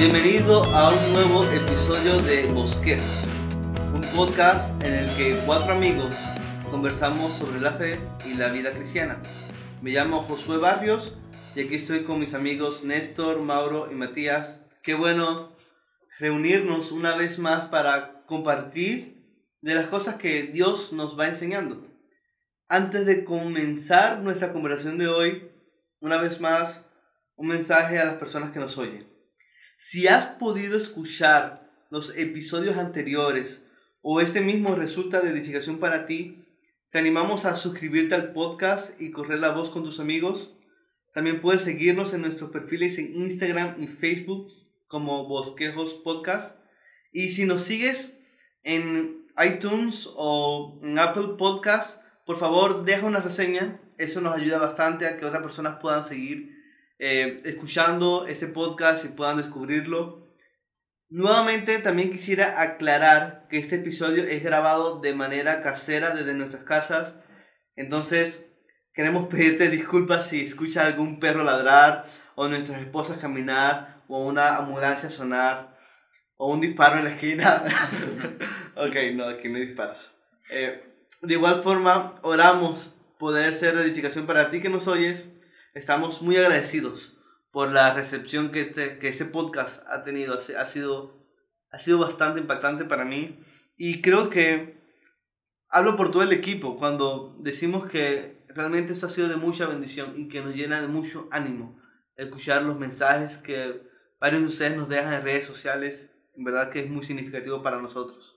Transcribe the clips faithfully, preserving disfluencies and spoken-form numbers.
Bienvenido a un nuevo episodio de Bosquejos, un podcast en el que cuatro amigos conversamos sobre la fe y la vida cristiana. Me llamo Josué Barrios y aquí estoy con mis amigos Néstor, Mauro y Matías. Qué bueno reunirnos una vez más para compartir de las cosas que Dios nos va enseñando. Antes de comenzar nuestra conversación de hoy, una vez más, un mensaje a las personas que nos oyen. Si has podido escuchar los episodios anteriores o este mismo resulta de edificación para ti, te animamos a suscribirte al podcast y correr la voz con tus amigos. También puedes seguirnos en nuestros perfiles en Instagram y Facebook como Bosquejos Podcast. Y si nos sigues en iTunes o en Apple Podcast, por favor deja una reseña. Eso nos ayuda bastante a que otras personas puedan seguir eh, escuchando este podcast y puedan descubrirlo. Nuevamente también quisiera aclarar que este episodio es grabado de manera casera desde nuestras casas. Entonces queremos pedirte disculpas si escuchas algún perro ladrar o nuestras esposas caminar o una ambulancia sonar o un disparo en la esquina. Ok, no, aquí no hay disparos. Eh, de igual forma, oramos poder ser de edificación para ti que nos oyes. Estamos muy agradecidos por la recepción que este, que este podcast ha tenido. Ha, ha, sido, ha sido bastante impactante para mí. Y creo que hablo por todo el equipo cuando decimos que realmente esto ha sido de mucha bendición y que nos llena de mucho ánimo escuchar los mensajes que varios de ustedes nos dejan en redes sociales. En verdad que es muy significativo para nosotros.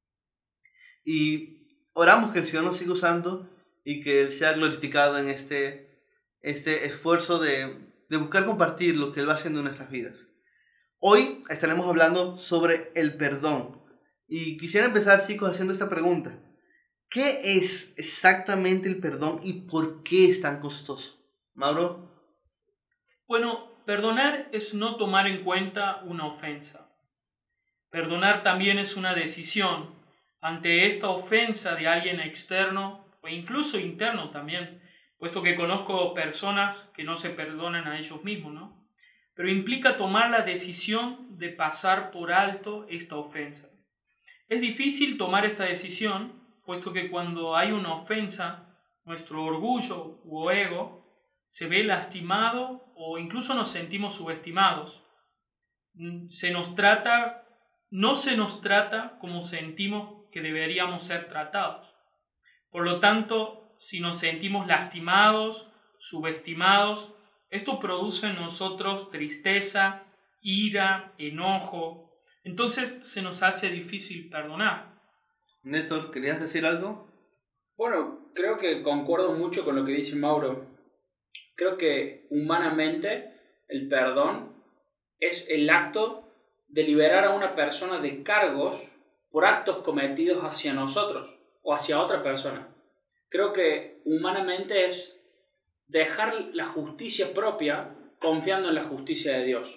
Y oramos que el Señor nos siga usando y que Él sea glorificado en este, este esfuerzo de, de buscar compartir lo que Él va haciendo en nuestras vidas. Hoy estaremos hablando sobre el perdón. Y quisiera empezar, chicos, haciendo esta pregunta. ¿Qué es exactamente el perdón y por qué es tan costoso? Mauro. Bueno, perdonar es no tomar en cuenta una ofensa. Perdonar también es una decisión ante esta ofensa de alguien externo o incluso interno también, puesto que conozco personas que no se perdonan a ellos mismos, ¿no? Pero implica tomar la decisión de pasar por alto esta ofensa. Es difícil tomar esta decisión, puesto que cuando hay una ofensa, nuestro orgullo u ego se ve lastimado o incluso nos sentimos subestimados. Se nos trata, no se nos trata como sentimos que deberíamos ser tratados. Por lo tanto, si nos sentimos lastimados, subestimados, esto produce en nosotros tristeza, ira, enojo. Entonces se nos hace difícil perdonar. Néstor, ¿querías decir algo? Bueno, creo que concuerdo mucho con lo que dice Mauro. Creo que humanamente el perdón es el acto de liberar a una persona de cargos por actos cometidos hacia nosotros o hacia otra persona. Creo que humanamente es dejar la justicia propia confiando en la justicia de Dios.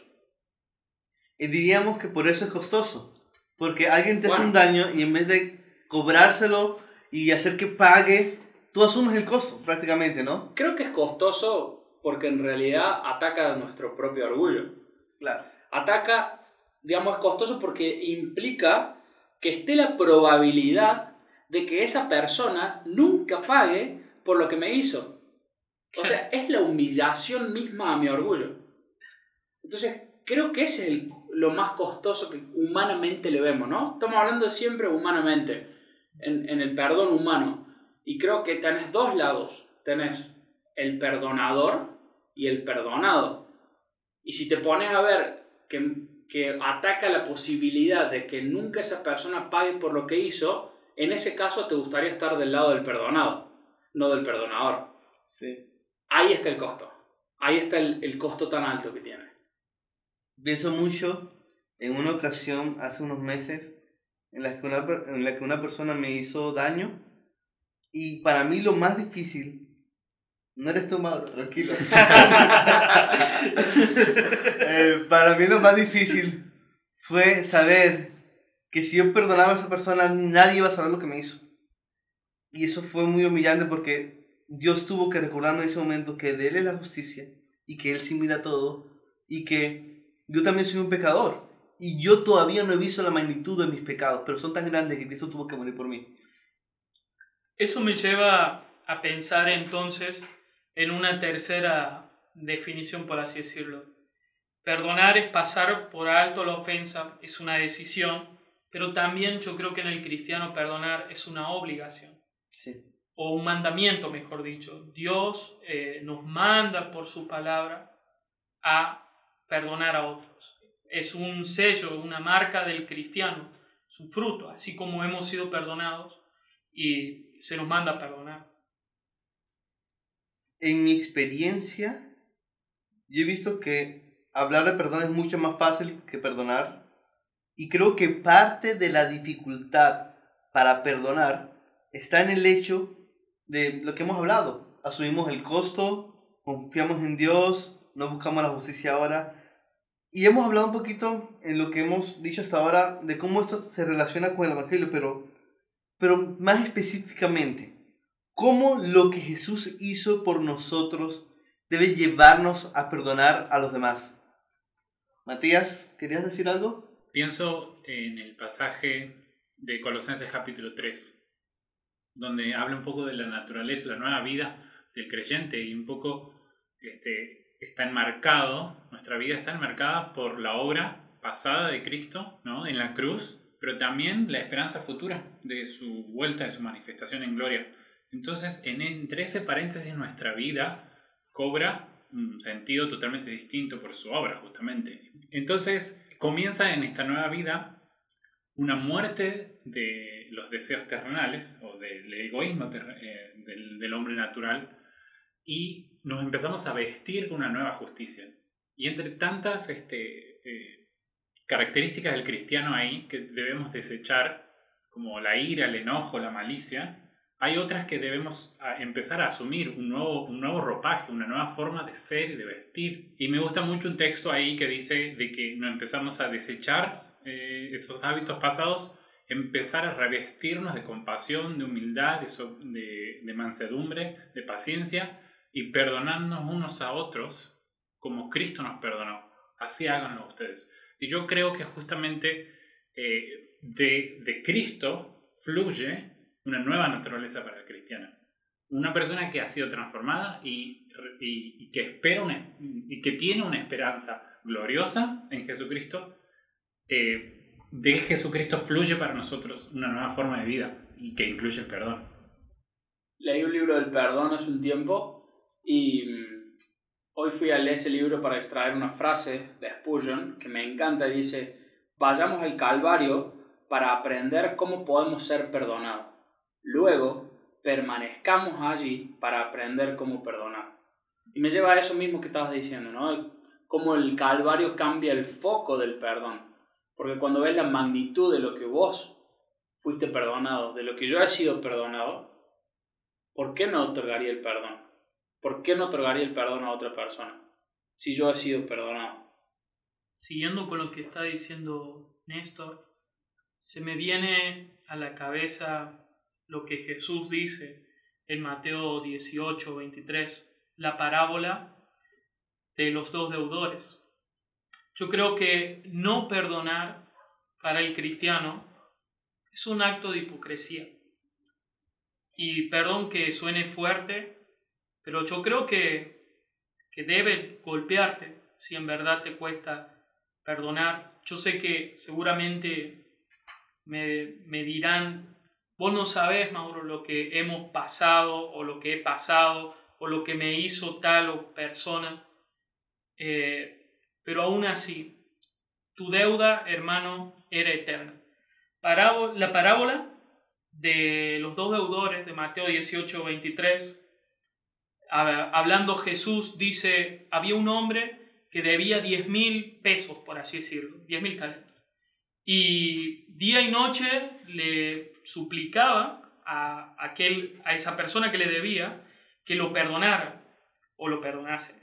Y diríamos que por eso es costoso, porque alguien te bueno, hace un daño y en vez de cobrárselo y hacer que pague, tú asumes el costo prácticamente, ¿no? Creo que es costoso porque en realidad ataca nuestro propio orgullo. Claro. Ataca, digamos, es costoso porque implica que esté la probabilidad de que esa persona nunca pague por lo que me hizo. O sea, es la humillación misma a mi orgullo. Entonces, creo que ese es el, lo más costoso que humanamente le vemos, ¿no? Estamos hablando siempre humanamente, en, en el perdón humano. Y creo que tenés dos lados. Tenés el perdonador y el perdonado. Y si te pones a ver que, que ataca la posibilidad de que nunca esa persona pague por lo que hizo, en ese caso te gustaría estar del lado del perdonado, no del perdonador. Sí. Ahí está el costo. Ahí está el, el costo tan alto que tiene. Pienso mucho en una ocasión hace unos meses en la que una, en la que una persona me hizo daño y para mí lo más difícil no eres tú, Mauro, tranquilo. eh, para mí lo más difícil fue saber que si yo perdonaba a esa persona nadie iba a saber lo que me hizo. Y eso fue muy humillante porque Dios tuvo que recordarme en ese momento que de Él es la justicia y que Él sí mira todo y que yo también soy un pecador. Y yo todavía no he visto la magnitud de mis pecados, pero son tan grandes que Cristo tuvo que morir por mí. Eso me lleva a pensar entonces en una tercera definición, por así decirlo. Perdonar es pasar por alto la ofensa, es una decisión, pero también yo creo que en el cristiano perdonar es una obligación. Sí. O un mandamiento, mejor dicho. Dios eh, nos manda por su palabra a perdonar a otros. Es un sello, una marca del cristiano, es un fruto, así como hemos sido perdonados y se nos manda a perdonar. En mi experiencia, yo he visto que hablar de perdón es mucho más fácil que perdonar, y creo que parte de la dificultad para perdonar está en el hecho de lo que hemos hablado. Asumimos el costo, confiamos en Dios, no buscamos la justicia ahora. Y hemos hablado un poquito en lo que hemos dicho hasta ahora de cómo esto se relaciona con el Evangelio, pero, pero más específicamente, cómo lo que Jesús hizo por nosotros debe llevarnos a perdonar a los demás. Matías, ¿querías decir algo? Pienso en el pasaje de Colosenses capítulo tres, donde habla un poco de la naturaleza, la nueva vida del creyente, y un poco este, está enmarcado, nuestra vida está enmarcada por la obra pasada de Cristo, ¿no?, en la cruz, pero también la esperanza futura de su vuelta, de su manifestación en gloria. Entonces, en, entre ese paréntesis, nuestra vida cobra un sentido totalmente distinto por su obra, justamente. Entonces, comienza en esta nueva vida una muerte de los deseos terrenales o del egoísmo ter- eh, del, del hombre natural, y nos empezamos a vestir con una nueva justicia. Y entre tantas este, eh, características del cristiano ahí que debemos desechar, como la ira, el enojo, la malicia, hay otras que debemos a empezar a asumir, un nuevo, un nuevo ropaje, una nueva forma de ser y de vestir. Y me gusta mucho un texto ahí que dice de que nos empezamos a desechar eh, esos hábitos pasados, empezar a revestirnos de compasión, de humildad, de, so, de, de mansedumbre, de paciencia, y perdonarnos unos a otros como Cristo nos perdonó. Así háganlo ustedes. Y yo creo que justamente eh, de, de Cristo fluye una nueva naturaleza para el cristiano. Una persona que ha sido transformada y, y, y, que, espera una, y que tiene una esperanza gloriosa en Jesucristo. Eh, de Jesucristo fluye para nosotros una nueva forma de vida, y que incluye el perdón. Leí un libro del perdón hace un tiempo y hoy fui a leer ese libro para extraer una frase de Spurgeon que me encanta. Dice: vayamos al Calvario para aprender cómo podemos ser perdonados. Luego, permanezcamos allí para aprender cómo perdonar. Y me lleva a eso mismo que estabas diciendo, ¿no? Cómo el Calvario cambia el foco del perdón. Porque cuando ves la magnitud de lo que vos fuiste perdonado, de lo que yo he sido perdonado, ¿por qué no otorgaría el perdón? ¿Por qué no otorgaría el perdón a otra persona si yo he sido perdonado? Siguiendo con lo que está diciendo Néstor, se me viene a la cabeza lo que Jesús dice en Mateo dieciocho, veintitrés, la parábola de los dos deudores. Yo creo que no perdonar para el cristiano es un acto de hipocresía. Y perdón que suene fuerte, pero yo creo que, que debe golpearte si en verdad te cuesta perdonar. Yo sé que seguramente me, me dirán: vos no sabés, Mauro, lo que hemos pasado o lo que he pasado o lo que me hizo tal o persona. Eh, pero aún así, tu deuda, hermano, era eterna. Parábola, la parábola de los dos deudores de Mateo dieciocho, veintitrés, hablando Jesús, dice: había un hombre que debía diez mil pesos, por así decirlo, diez mil talentos. Y día y noche le suplicaba a, aquel, a esa persona que le debía que lo perdonara o lo perdonase.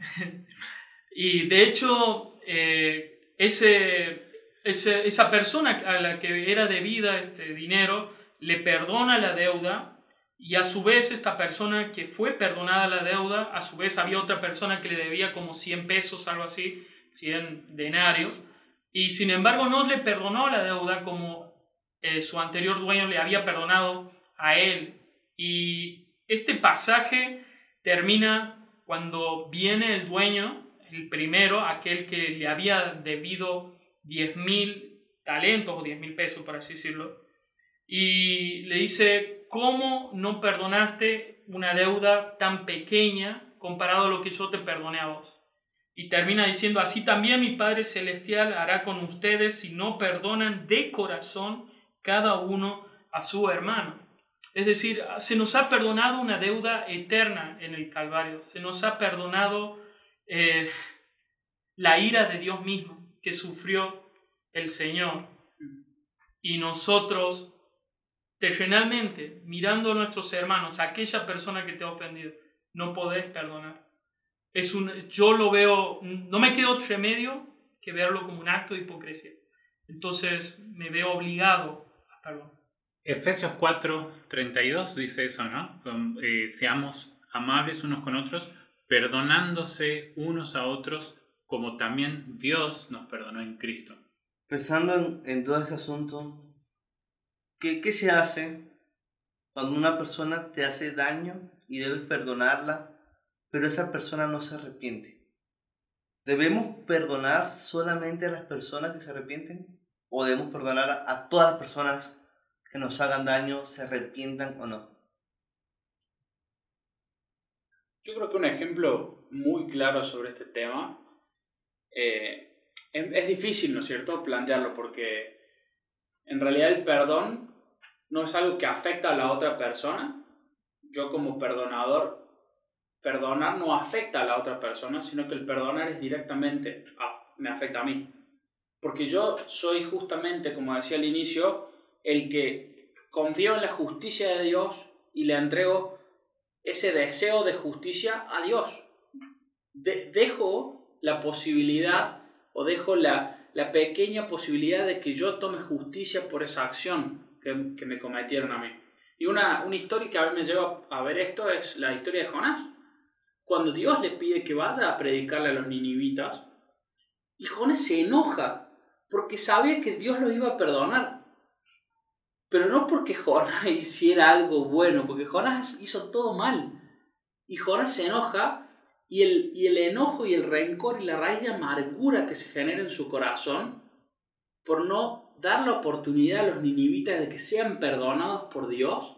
Y de hecho, eh, ese, ese, esa persona a la que era debida este dinero le perdona la deuda, y a su vez esta persona que fue perdonada la deuda, a su vez había otra persona que le debía como cien pesos, algo así. cien denarios, y sin embargo no le perdonó la deuda como eh, su anterior dueño le había perdonado a él. Y este pasaje termina cuando viene el dueño, el primero, aquel que le había debido diez mil talentos o diez mil pesos, por así decirlo, y le dice: ¿cómo no perdonaste una deuda tan pequeña comparado a lo que yo te perdoné a vos? Y termina diciendo: así también mi Padre Celestial hará con ustedes si no perdonan de corazón cada uno a su hermano. Es decir, se nos ha perdonado una deuda eterna en el Calvario. Se nos ha perdonado eh, la ira de Dios mismo que sufrió el Señor. Y nosotros, terrenalmente, mirando a nuestros hermanos, a aquella persona que te ha ofendido, no podés perdonar. Es un, yo lo veo, no me queda otro remedio que verlo como un acto de hipocresía. Entonces me veo obligado a perdonar. Efesios cuatro treinta y dos dice eso, ¿no? Eh, seamos amables unos con otros, perdonándose unos a otros, como también Dios nos perdonó en Cristo. Pensando en, en todo ese asunto, ¿qué, ¿qué se hace cuando una persona te hace daño y debes perdonarla, pero esa persona no se arrepiente? ¿Debemos perdonar solamente a las personas que se arrepienten? ¿O debemos perdonar a, a todas las personas que nos hagan daño, se arrepientan o no? Yo creo que un ejemplo muy claro sobre este tema, eh, es, es difícil, ¿no es cierto?, plantearlo, porque en realidad el perdón no es algo que afecta a la otra persona. Yo como perdonador, perdonar no afecta a la otra persona, sino que el perdonar es directamente, a, me afecta a mí. Porque yo soy justamente, como decía al inicio, el que confío en la justicia de Dios y le entrego ese deseo de justicia a Dios. De, dejo la posibilidad o dejo la, la pequeña posibilidad de que yo tome justicia por esa acción que, que me cometieron a mí. Y una, una historia que a mí me lleva a ver esto es la historia de Jonás. Cuando Dios le pide que vaya a predicarle a los ninivitas, y Jonás se enoja porque sabía que Dios lo iba a perdonar. Pero no porque Jonás hiciera algo bueno, porque Jonás hizo todo mal. Y Jonás se enoja, y el, y el enojo y el rencor y la raíz de amargura que se genera en su corazón por no dar la oportunidad a los ninivitas de que sean perdonados por Dios,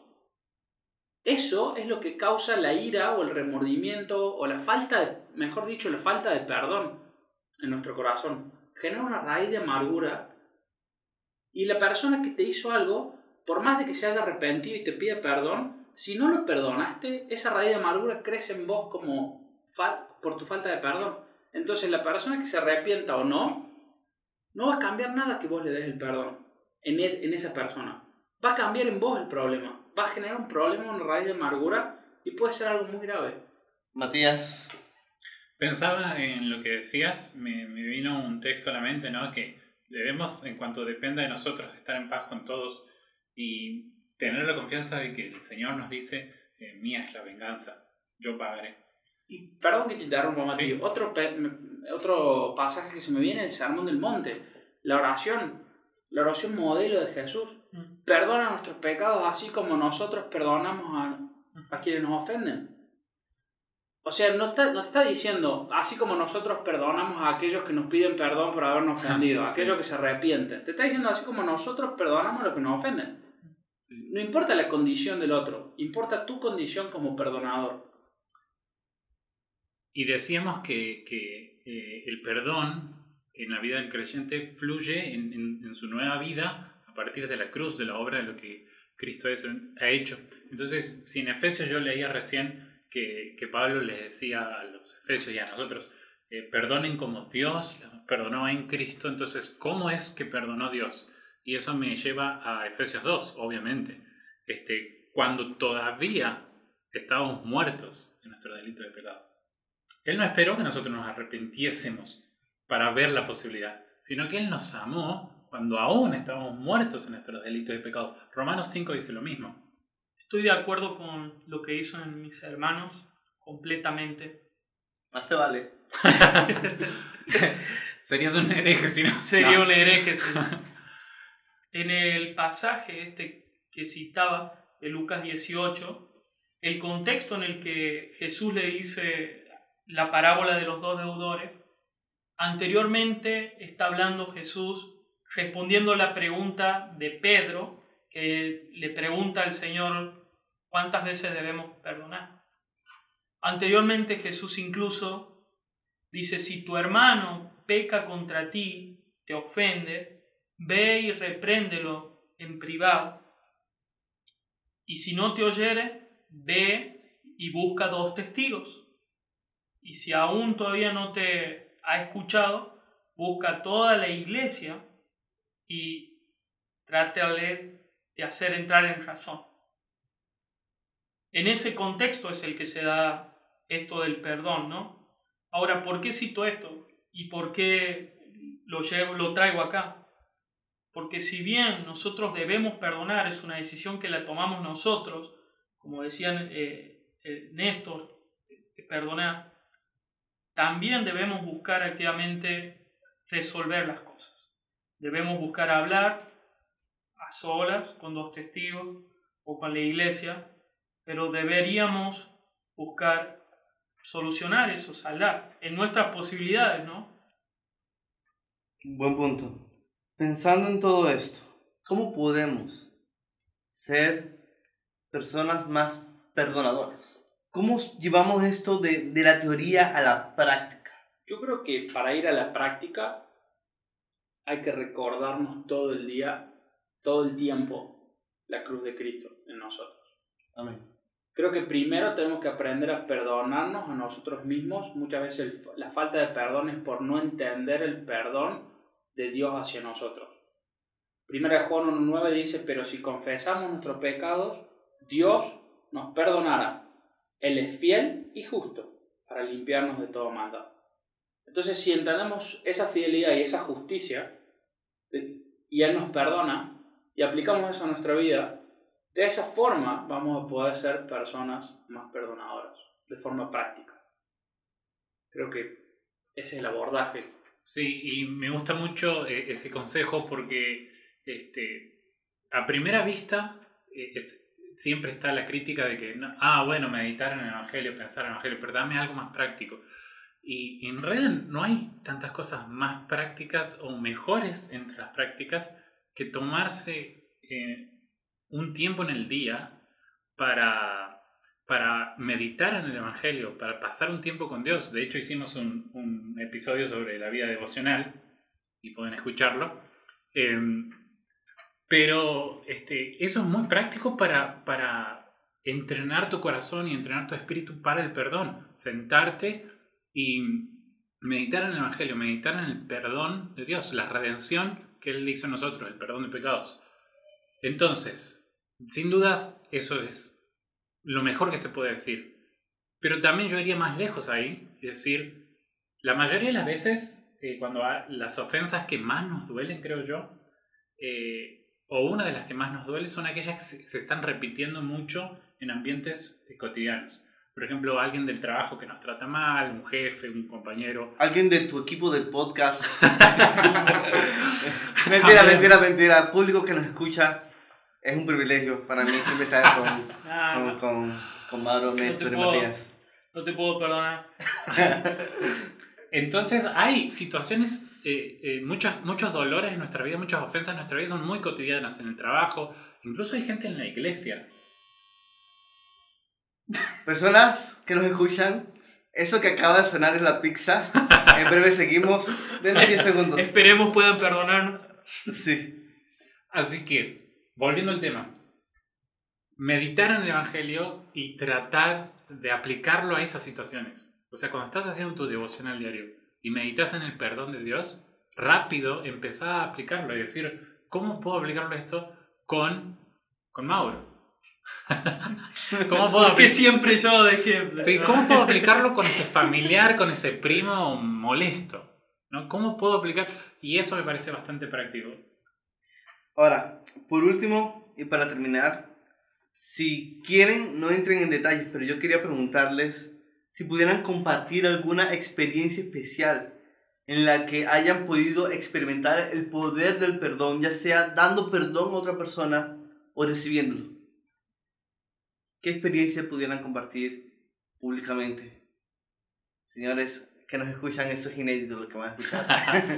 eso es lo que causa la ira o el remordimiento o la falta de, mejor dicho, la falta de perdón en nuestro corazón. Genera una raíz de amargura, y la persona que te hizo algo, por más de que se haya arrepentido y te pida perdón, si no lo perdonaste, esa raíz de amargura crece en vos como fal- por tu falta de perdón. Entonces la persona que se arrepienta o no, no va a cambiar nada que vos le des el perdón en, es- en esa persona. Va a cambiar en vos el problema. Va a generar un problema, una raíz de amargura, y puede ser algo muy grave. Matías. Pensaba en lo que decías, me, me vino un texto a la mente, ¿no? Que debemos, en cuanto dependa de nosotros, estar en paz con todos y tener la confianza de que el Señor nos dice, eh, mía es la venganza, yo pagaré. Y perdón que te interrumpa, Mati. Sí. Otro, pe- otro pasaje que se me viene es el Sermón del Monte. La oración, la oración modelo de Jesús. Mm. Perdona nuestros pecados así como nosotros perdonamos a, a quienes nos ofenden. O sea, no está, no está diciendo, así como nosotros perdonamos a aquellos que nos piden perdón por habernos ofendido, a Sí. aquellos que se arrepienten. Te está diciendo así como nosotros perdonamos a los que nos ofenden. No importa la condición del otro, importa tu condición como perdonador. Y decíamos que, que eh, el perdón en la vida del creyente fluye en, en, en su nueva vida a partir de la cruz, de la obra de lo que Cristo ha hecho. Entonces, si en Efesios yo leía recién que, que Pablo les decía a los efesios y a nosotros, eh, perdonen como Dios los perdonó en Cristo, entonces, ¿cómo es que perdonó Dios? Y eso me lleva a Efesios dos, obviamente. Este, cuando todavía estábamos muertos en nuestro delito de pecado. Él no esperó que nosotros nos arrepintiésemos para ver la posibilidad, sino que Él nos amó cuando aún estábamos muertos en nuestros delitos y pecados. Romanos cinco dice lo mismo. Estoy de acuerdo con lo que hizo en mis hermanos, completamente. Más te vale. Serías un hereje si no. Sería no. un hereje, sí. En el pasaje este que citaba de Lucas dieciocho, el contexto en el que Jesús le dice la parábola de los dos deudores, anteriormente está hablando Jesús respondiendo a la pregunta de Pedro, que le pregunta al Señor cuántas veces debemos perdonar. Anteriormente Jesús incluso dice, si tu hermano peca contra ti, te ofende, ve y repréndelo en privado. Y si no te oyere, ve y busca dos testigos. Y si aún todavía no te ha escuchado, busca toda la iglesia y trátale de hacer entrar en razón. En ese contexto es el que se da esto del perdón, ¿no? Ahora, ¿por qué cito esto? ¿Y por qué lo, llevo, lo traigo acá? Porque si bien nosotros debemos perdonar, es una decisión que la tomamos nosotros, como decían eh, eh, Néstor, eh, perdonar, también debemos buscar activamente resolver las cosas. Debemos buscar hablar a solas, con dos testigos o con la iglesia, pero deberíamos buscar solucionar eso, saldar, en nuestras posibilidades, ¿no? Buen punto. Pensando en todo esto, ¿cómo podemos ser personas más perdonadoras? ¿Cómo llevamos esto de, de la teoría a la práctica? Yo creo que para ir a la práctica hay que recordarnos todo el día, todo el tiempo, la cruz de Cristo en nosotros. Amén. Creo que primero tenemos que aprender a perdonarnos a nosotros mismos. Muchas veces el, la falta de perdón es por no entender el perdón de Dios hacia nosotros. Primera de Juan uno nueve dice, pero si confesamos nuestros pecados, Dios nos perdonará. Él es fiel y justo para limpiarnos de todo maldad. Entonces, si entendemos esa fidelidad y esa justicia, y Él nos perdona, y aplicamos eso a nuestra vida, de esa forma vamos a poder ser personas más perdonadoras, de forma práctica. Creo que ese es el abordaje. Sí, y me gusta mucho eh, ese consejo porque este, a primera vista eh, es, siempre está la crítica de que, no, ah, bueno, meditar en el Evangelio, pensar en el Evangelio, pero dame algo más práctico. Y en realidad no hay tantas cosas más prácticas o mejores entre las prácticas que tomarse eh, un tiempo en el día para, para meditar en el Evangelio, para pasar un tiempo con Dios. De hecho, hicimos un, un episodio sobre la vida devocional y pueden escucharlo. Eh, pero este, eso es muy práctico para, para entrenar tu corazón y entrenar tu espíritu para el perdón. Sentarte y meditar en el Evangelio, meditar en el perdón de Dios, la redención que Él hizo en nosotros, el perdón de pecados. Entonces, sin dudas, eso es lo mejor que se puede decir. Pero también yo iría más lejos ahí, es decir, la mayoría de las veces, eh, cuando hay las ofensas que más nos duelen, creo yo, eh, o una de las que más nos duele, son aquellas que se, se están repitiendo mucho en ambientes eh, cotidianos. Por ejemplo, alguien del trabajo que nos trata mal, un jefe, un compañero. Alguien de tu equipo del podcast. mentira, mentira, mentira. Público que nos escucha, es un privilegio para mí siempre estar con, Ah, con, con, con Mauro, Néstor y Matías. No te puedo perdonar. Entonces hay situaciones, eh, eh, muchos, muchos dolores en nuestra vida, muchas ofensas en nuestra vida son muy cotidianas en el trabajo. Incluso hay gente en la iglesia. Personas que nos escuchan, eso que acaba de sonar es la pizza. En breve seguimos. Denos diez segundos. Esperemos puedan perdonarnos. Sí. Así que, volviendo al tema, meditar en el Evangelio y tratar de aplicarlo a esas situaciones. O sea, cuando estás haciendo tu devocional diario y meditas en el perdón de Dios, rápido empezá a aplicarlo y decir, ¿cómo puedo aplicarlo esto con, con Mauro? ¿Cómo puedo Porque apli- siempre yo de ejemplo. Sí, ¿cómo puedo aplicarlo con ese familiar, con ese primo molesto? ¿No? ¿Cómo puedo aplicar? Y eso me parece bastante práctico. Ahora, por último, y para terminar, si quieren, no entren en detalles, pero yo quería preguntarles si pudieran compartir alguna experiencia especial en la que hayan podido experimentar el poder del perdón, ya sea dando perdón a otra persona o recibiéndolo. ¿Qué experiencia pudieran compartir públicamente? Señores que nos escuchan, esto es inédito lo que van a escuchar.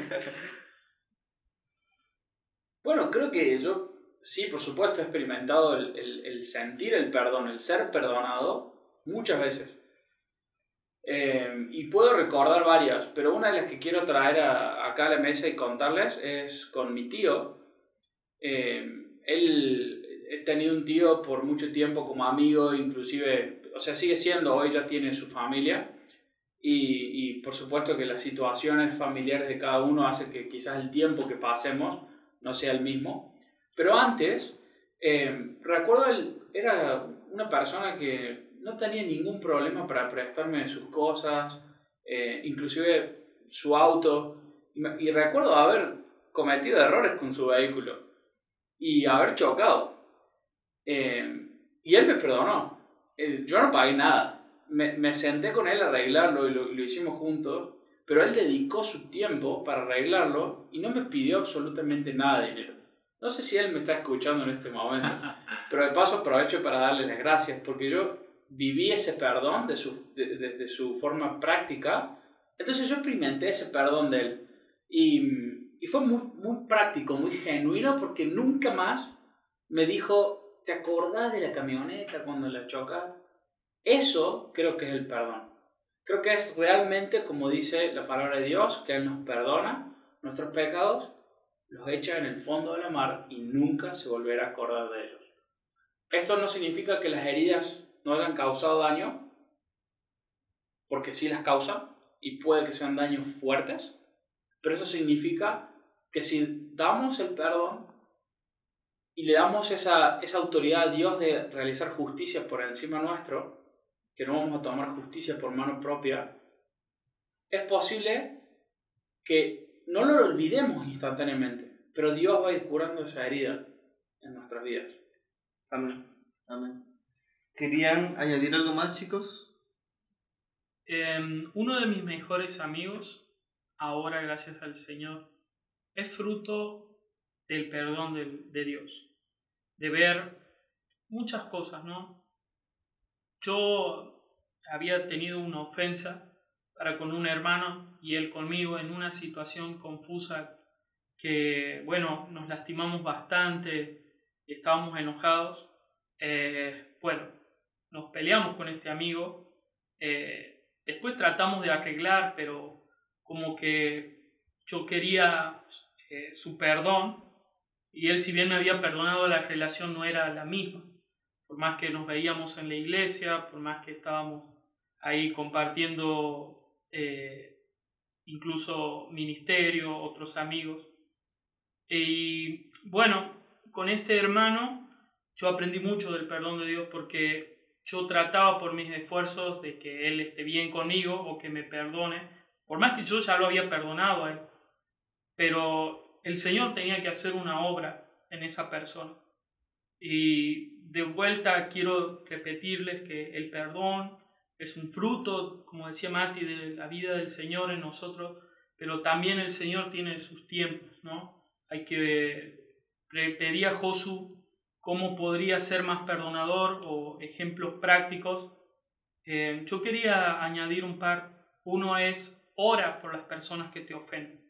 Bueno, creo que yo sí, por supuesto, he experimentado el, el, el sentir el perdón, el ser perdonado muchas veces. Eh, y puedo recordar varias, pero una de las que quiero traer a, acá a la mesa y contarles es con mi tío. Eh, él, he tenido un tío por mucho tiempo como amigo, inclusive, o sea, sigue siendo, hoy ya tiene su familia. Y, y por supuesto que las situaciones familiares de cada uno hacen que quizás el tiempo que pasemos no sea el mismo. Pero antes, eh, recuerdo, él era una persona que no tenía ningún problema para prestarme sus cosas, eh, inclusive su auto. Y, me, y recuerdo haber cometido errores con su vehículo y haber chocado. Eh, y él me perdonó. Eh, yo no pagué nada. Me, me senté con él a arreglarlo y lo, y lo hicimos juntos, pero él dedicó su tiempo para arreglarlo y no me pidió absolutamente nada de dinero. No sé si él me está escuchando en este momento, pero de paso aprovecho para darle las gracias, porque yo viví ese perdón de su, de, de, de su forma práctica. Entonces yo experimenté ese perdón de él y, y fue muy, muy práctico, muy genuino, porque nunca más me dijo, ¿te acordás de la camioneta cuando la chocas? Eso creo que es el perdón. Creo que es realmente, como dice la palabra de Dios, que Él nos perdona nuestros pecados, los echa en el fondo de la mar y nunca se volverá a acordar de ellos. Esto no significa que las heridas no hayan causado daño, porque sí las causan y puede que sean daños fuertes, pero eso significa que si damos el perdón y le damos esa, esa autoridad a Dios de realizar justicia por encima nuestro, que no vamos a tomar justicia por mano propia, es posible que no lo olvidemos instantáneamente, pero Dios va a ir curando esa herida en nuestras vidas. Amén. Amén. ¿Querían añadir algo más, chicos? Eh, uno de mis mejores amigos, ahora gracias al Señor, es fruto del perdón de, de Dios, de ver muchas cosas, ¿no? Yo había tenido una ofensa para con un hermano y él conmigo en una situación confusa que, bueno, nos lastimamos bastante, estábamos enojados. Eh, bueno, nos peleamos con este amigo, eh, después tratamos de arreglar, pero como que yo quería eh, su perdón y él, si bien me había perdonado, la relación no era la misma. Por más que nos veíamos en la iglesia, por más que estábamos ahí compartiendo eh, incluso ministerio, otros amigos. Y bueno, con este hermano yo aprendí mucho del perdón de Dios, porque yo trataba por mis esfuerzos de que él esté bien conmigo o que me perdone, por más que yo ya lo había perdonado a él. Pero el Señor tenía que hacer una obra en esa persona. Y de vuelta quiero repetirles que el perdón es un fruto, como decía Mati, de la vida del Señor en nosotros, pero también el Señor tiene sus tiempos, ¿no? Hay que pedir a Josu cómo podría ser más perdonador o ejemplos prácticos. Eh, yo quería añadir un par. Uno es, ora por las personas que te ofenden.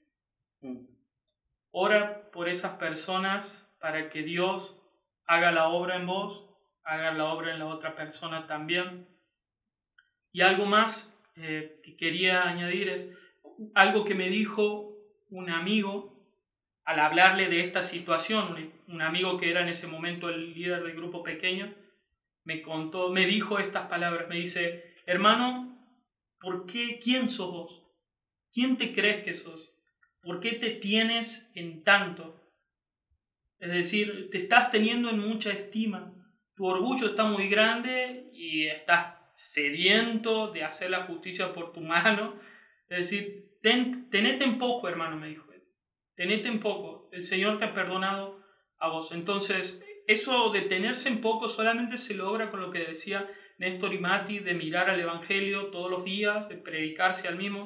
Ora por esas personas para que Dios haga la obra en vos, haga la obra en la otra persona también. Y algo más eh, que quería añadir es algo que me dijo un amigo al hablarle de esta situación. Un amigo que era en ese momento el líder del grupo pequeño, me contó, me dijo estas palabras, me dice, hermano, ¿por qué? ¿Quién sos vos? ¿Quién te crees que sos? ¿Por qué te tienes en tanto? Es decir, te estás teniendo en mucha estima. Tu orgullo está muy grande y estás sediento de hacer la justicia por tu mano. Es decir, ten, tenete en poco, hermano, me dijo él. Tenete en poco. El Señor te ha perdonado a vos. Entonces, eso de tenerse en poco solamente se logra con lo que decía Néstor y Mati, de mirar al Evangelio todos los días, de predicarse al mismo.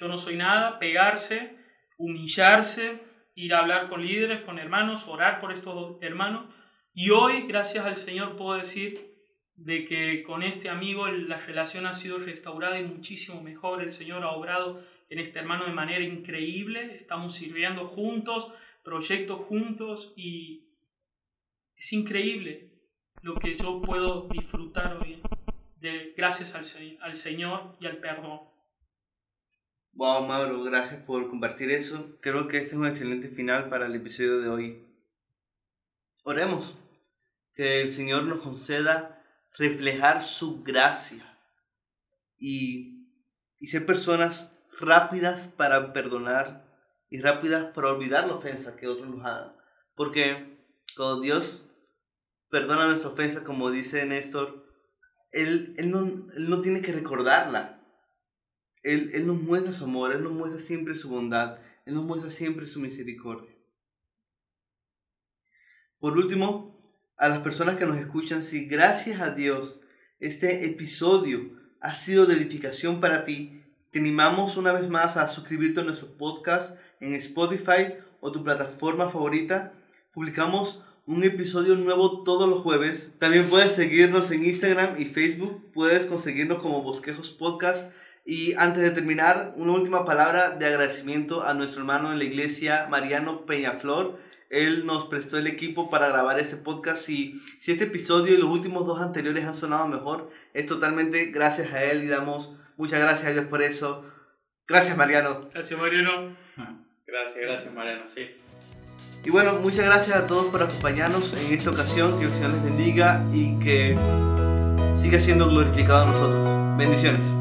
yo no soy nada, pegarse, humillarse, ir a hablar con líderes, con hermanos, orar por estos hermanos. Y hoy, gracias al Señor, puedo decir de que con este amigo la relación ha sido restaurada y muchísimo mejor. El Señor ha obrado en este hermano de manera increíble. Estamos sirviendo juntos, proyectos juntos, y es increíble lo que yo puedo disfrutar hoy, de, gracias al, al Señor y al perdón. Wow, Mauro, gracias por compartir eso. Creo que este es un excelente final para el episodio de hoy. Oremos, que el Señor nos conceda reflejar su gracia y, y ser personas rápidas para perdonar y rápidas para olvidar la ofensa que otros nos hagan. Porque cuando Dios perdona nuestra ofensa, como dice Néstor, Él, él, no, él no tiene que recordarla. Él, él nos muestra su amor, Él nos muestra siempre su bondad, Él nos muestra siempre su misericordia. Por último, a las personas que nos escuchan, si gracias a Dios este episodio ha sido de edificación para ti, te animamos una vez más a suscribirte a nuestro podcast en Spotify o tu plataforma favorita. Publicamos un episodio nuevo todos los jueves. También puedes seguirnos en Instagram y Facebook. Puedes conseguirnos como Bosquejos Podcast. Y antes de terminar, una última palabra de agradecimiento a nuestro hermano en la iglesia, Mariano Peñaflor. Él nos prestó el equipo para grabar este podcast, y si este episodio y los últimos dos anteriores han sonado mejor, es totalmente gracias a él, y damos muchas gracias a Dios por eso. Gracias, Mariano. Gracias, Mariano. Gracias, gracias, Mariano, sí. Y bueno, muchas gracias a todos por acompañarnos en esta ocasión. Que el Señor les bendiga y que siga siendo glorificado a nosotros. Bendiciones.